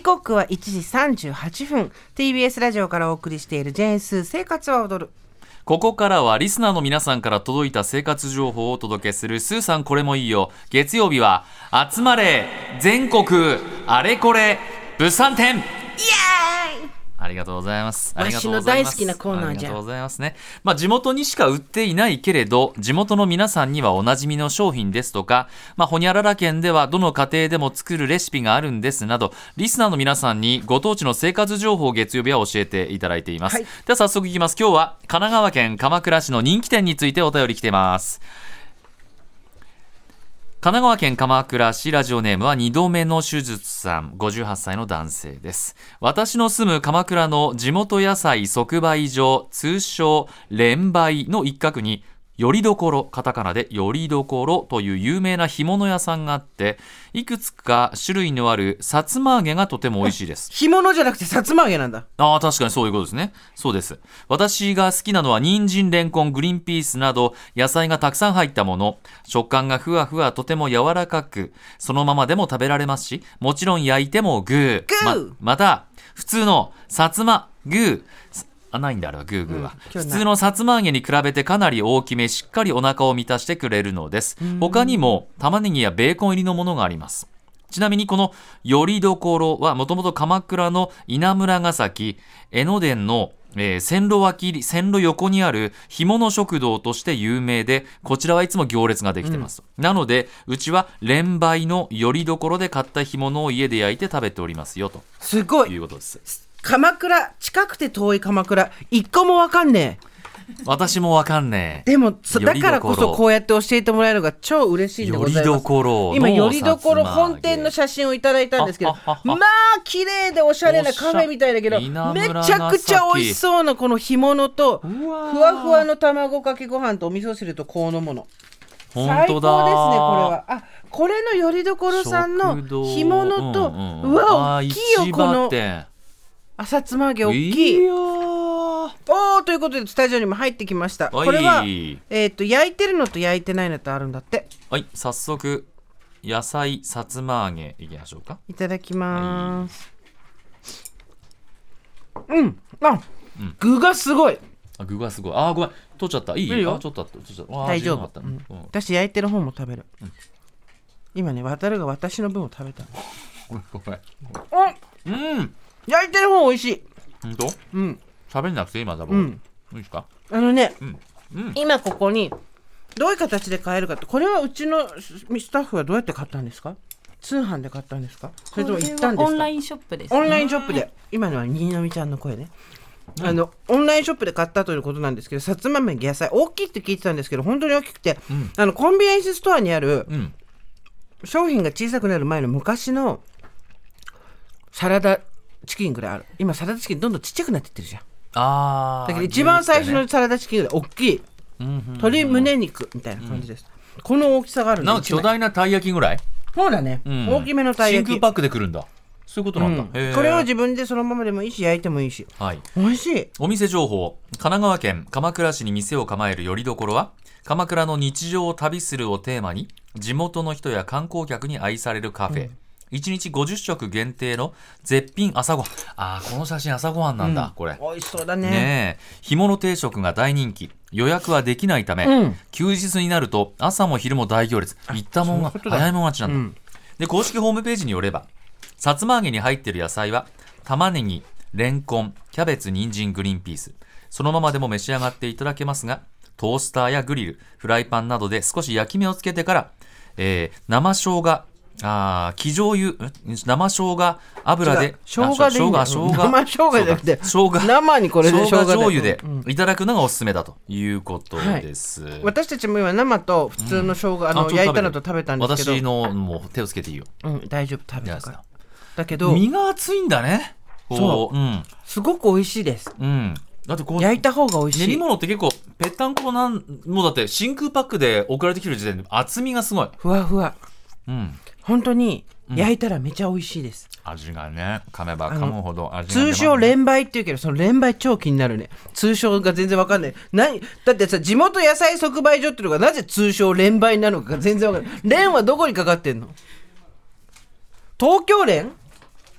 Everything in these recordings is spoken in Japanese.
刻は1時38分 TBS ラジオからお送りしているジェーンスー生活は踊る。 ここからはリスナーの皆さんから届いた生活情報をお届けするスーさんこれもいいよ。月曜日は集まれ全国あれこれ物産展。イエーイ。ありがとうございます。 わしの大好きなコーナーじゃん。 ありがとうございますね。地元にしか売っていないけれど地元の皆さんにはおなじみの商品ですとか、ほにゃらら県ではどの家庭でも作るレシピがあるんですなど、リスナーの皆さんにご当地の生活情報を月曜日は教えていただいています、では早速いきます。今日は神奈川県鎌倉市の人気店についてお便り来てます。神奈川県鎌倉市、ラジオネームは2度目の手術さん、58歳の男性です。私の住む鎌倉の地元野菜即売所、通称連売の一角によりどころ、カタカナでよりどころという有名な干物屋さんがあって、いくつか種類のあるさつま揚げがとても美味しいです。 干物じゃなくてさつま揚げなんだ。 確かにそういうことですね。そうです。私が好きなのは人参、レンコン、グリーンピースなど野菜がたくさん入ったもの。食感がふわふわ、とても柔らかく、そのままでも食べられますし、もちろん焼いてもグー、また普通のさつまグーないんだあれはグーグーは、普通のさつま揚げに比べてかなり大きめ、しっかりお腹を満たしてくれるのです。他にも玉ねぎやベーコン入りのものがあります。ちなみにこのよりどころはもともと鎌倉の稲村ヶ崎江ノ電の線路横にある干物食堂として有名で、こちらはいつも行列ができてます、なのでうちは連売のよりどころで買った干物を家で焼いて食べておりますよと。 すごいいうことです。 鎌倉、近くて遠い鎌倉、一個もわかんねえ。 私もわかんねえ。 でもだからこそこうやって教えてもらえるのが超嬉しいんでございます。 よりどころの今よりどころ本店の写真をいただいたんですけど、綺麗でおしゃれなカフェみたいだけど、めちゃくちゃ美味しそうなこの干物とふわふわの卵かけご飯とお味噌汁とこうのもの、 本当だ、 最高ですね。これはこれのよりどころさんの干物と、うわ大きいよこのさつま揚げ大きい。ということでスタジオにも入ってきました。これは、焼いてるのと焼いてないのとあるんだって。はい、 早速野菜さつま揚げいきましょうか。 いただきます、具がすごい。 具がすごい。ごめん取っちゃった。いいよ。ちょっと大丈夫。私焼いてる方も食べる、今ね渡るが私の分を食べた。 ごめん。 焼いてる方美味しい。 本当？食べなくて今だもん。いいですか？ 今ここにどういう形で買えるかって、これはうちのスタッフはどうやって買ったんですか？通販で買ったんですか？それとも行ったんですか？ オンラインショップです、 オンラインショップで。今のは新浪ちゃんの声ね。オンラインショップで買ったということなんですけど、さつま揚げ野菜大きいって聞いてたんですけど本当に大きくて、コンビニエンスストアにある、商品が小さくなる前の昔のサラダチキンぐらいある。今サラダチキンどんどんちっちゃくなっていってるじゃん。だけど一番最初のサラダチキンぐらい大きい、鶏胸肉みたいな感じです、この大きさがあるんで、 なんか巨大なたい焼きぐらい。 そうだね、大きめのたい焼き。 真空パックでくるんだ。そういうことなんだ、 これを自分でそのままでもいいし焼いてもいいし、美味しい。 お店情報。神奈川県鎌倉市に店を構えるよりどころは、鎌倉の日常を旅するをテーマに地元の人や観光客に愛されるカフェ、1日50食限定の絶品朝ごはん。この写真朝ごはんなんだ、これ美味しそうだね。 干物定食が大人気。予約はできないため、休日になると朝も昼も大行列。行ったもんが早いもん勝ちなんだ、で公式ホームページによれば、さつま揚げに入っている野菜は玉ねぎ、レンコン、キャベツ、人参、グリーンピース。そのままでも召し上がっていただけますが、トースターやグリル、フライパンなどで少し焼き目をつけてから、生生姜、生醤油、生生姜油で、 生姜でいいんだよ。生生姜じゃなくて生にこれで生姜醤油でいただくのがおすすめだということです、 私たちも今生と普通の生姜、焼いたのと食べたんですけど、 私のもう手をつけていいよ。 大丈夫、食べたから。だけど身が厚いんだね。 そう、すごく美味しいです。 だってこう焼いた方が美味しい。 練り物って結構ぺったんこもうだって真空パックで送られてきてる時点で厚みがすごいふわふわ。本当に焼いたらめちゃ美味しいです、 味がね。噛めば噛むほど味が出ますね。通称連売って言うけど、その連売超気になるね。通称が全然わかんない。だってさ、地元野菜即売所っていうのがなぜ通称連売なのかが全然わかんない。連はどこにかかってんの？東京連？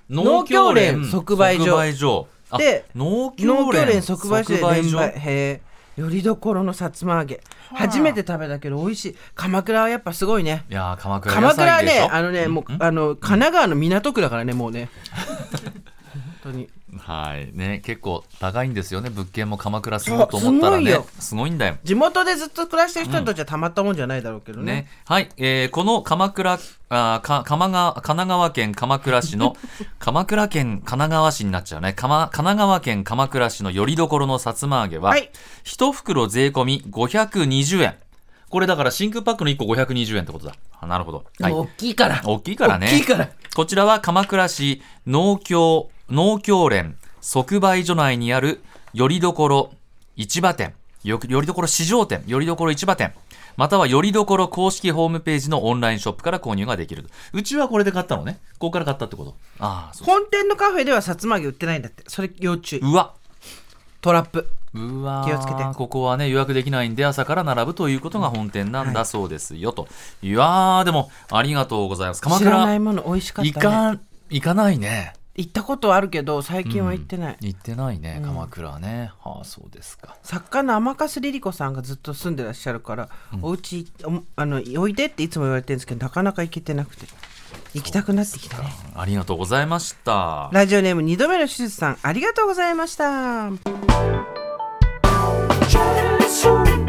農協連即売所で農協連即売所で連売よりどころのさつま揚げ、初めて食べたけど美味しい。鎌倉はやっぱすごいね。 いや鎌倉野菜でしょ。 はねもう神奈川の港区だからね、もうね本当にはいね、結構高いんですよね。物件も鎌倉住もうと思ったらね、すごいんだよ。 地元でずっと暮らしてる人にとってはたまったもんじゃないだろうけどね。 はい、この神奈川県鎌倉市の鎌倉県神奈川市になっちゃうね。神奈川県鎌倉市のよりどころのさつま揚げは、はい、1袋税込み520円。これだから真空パックの1個520円ってことだ。なるほど、 はい、大きいからね。 大きいからこちらは鎌倉市農協連即売所内にあるよりどころ市場店、よりどころ市場店、よりどころ市場店、またはよりどころ公式ホームページのオンラインショップから購入ができる。うちはこれで買ったのね。ここから買ったってこと。 本店のカフェではさつま揚げ売ってないんだって。それ要注意。 うわ、 トラップ。 うわ、 気をつけて。 ここはね予約できないんで朝から並ぶということが本店なんだそうですよ、と。いやー、でもありがとうございます。鎌倉知らないもの美味しかったね。 行かないね。 行ったことはあるけど最近は行ってない、 行ってないね、鎌倉ね。そうですか。 作家の甘粕リリ子さんがずっと住んでらっしゃるから、お家おいでっていつも言われてるんですけど、なかなか行けてなくて行きたくなってきたね。 ありがとうございました。 ラジオネーム2度目の手術さん、ありがとうございました。